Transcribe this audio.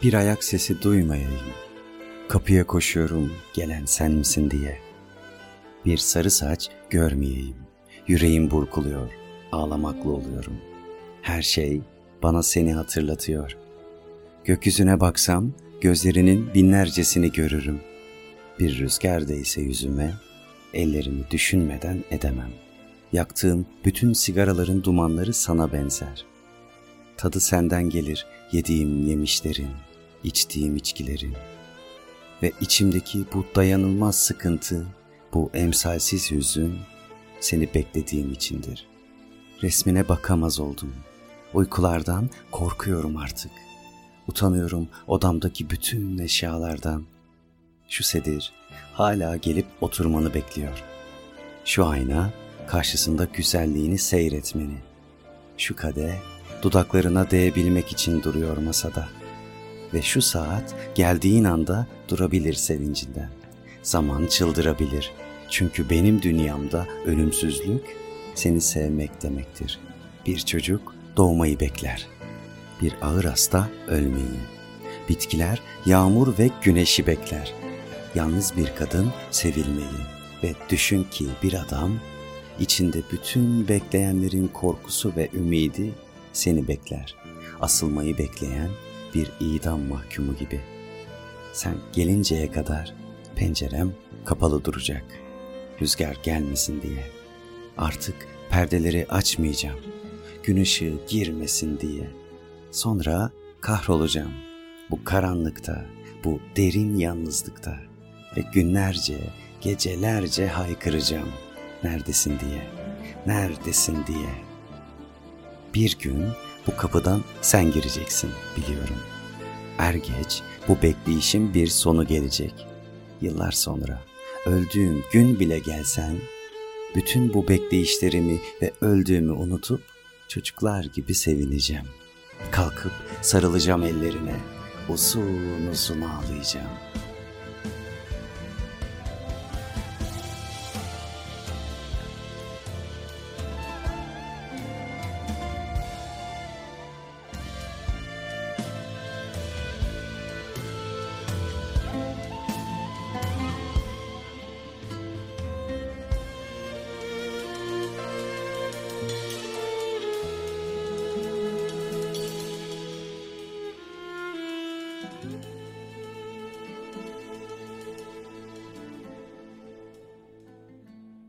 Bir ayak sesi duymayayım. Kapıya koşuyorum gelen sen misin diye. Bir sarı saç görmeyeyim. Yüreğim burkuluyor, ağlamaklı oluyorum. Her şey bana seni hatırlatıyor. Gökyüzüne baksam gözlerinin binlercesini görürüm. Bir rüzgar değse yüzüme, ellerimi düşünmeden edemem. Yaktığım bütün sigaraların dumanları sana benzer. Tadı senden gelir yediğim yemişlerin, içtiğim içkilerin. Ve içimdeki bu dayanılmaz sıkıntı, bu emsalsiz hüzün seni beklediğim içindir. Resmine bakamaz oldum. Uykulardan korkuyorum artık. Utanıyorum odamdaki bütün eşyalardan. Şu sedir hala gelip oturmanı bekliyor. Şu ayna karşısında güzelliğini seyretmeni. Şu kadeh dudaklarına değebilmek için duruyor masada. Ve şu saat geldiğin anda durabilir sevincinden. Zaman çıldırabilir. Çünkü benim dünyamda ölümsüzlük seni sevmek demektir. Bir çocuk doğmayı bekler. Bir ağır hasta ölmeyi. Bitkiler yağmur ve güneşi bekler. Yalnız bir kadın sevilmeyi. Ve düşün ki bir adam içinde bütün bekleyenlerin korkusu ve ümidi seni bekler. Asılmayı bekleyen bir idam mahkumu gibi. Sen gelinceye kadar pencerem kapalı duracak. Rüzgar gelmesin diye. Artık perdeleri açmayacağım. Gün ışığı girmesin diye. Sonra kahrolacağım. Bu karanlıkta, bu derin yalnızlıkta. Ve günlerce, gecelerce haykıracağım. Neredesin diye, neredesin diye. Bir gün bu kapıdan sen gireceksin biliyorum. Er geç bu bekleyişin bir sonu gelecek. Yıllar sonra öldüğüm gün bile gelsen, bütün bu bekleyişlerimi ve öldüğümü unutup çocuklar gibi sevineceğim. Kalkıp sarılacağım ellerine, uzun uzun ağlayacağım.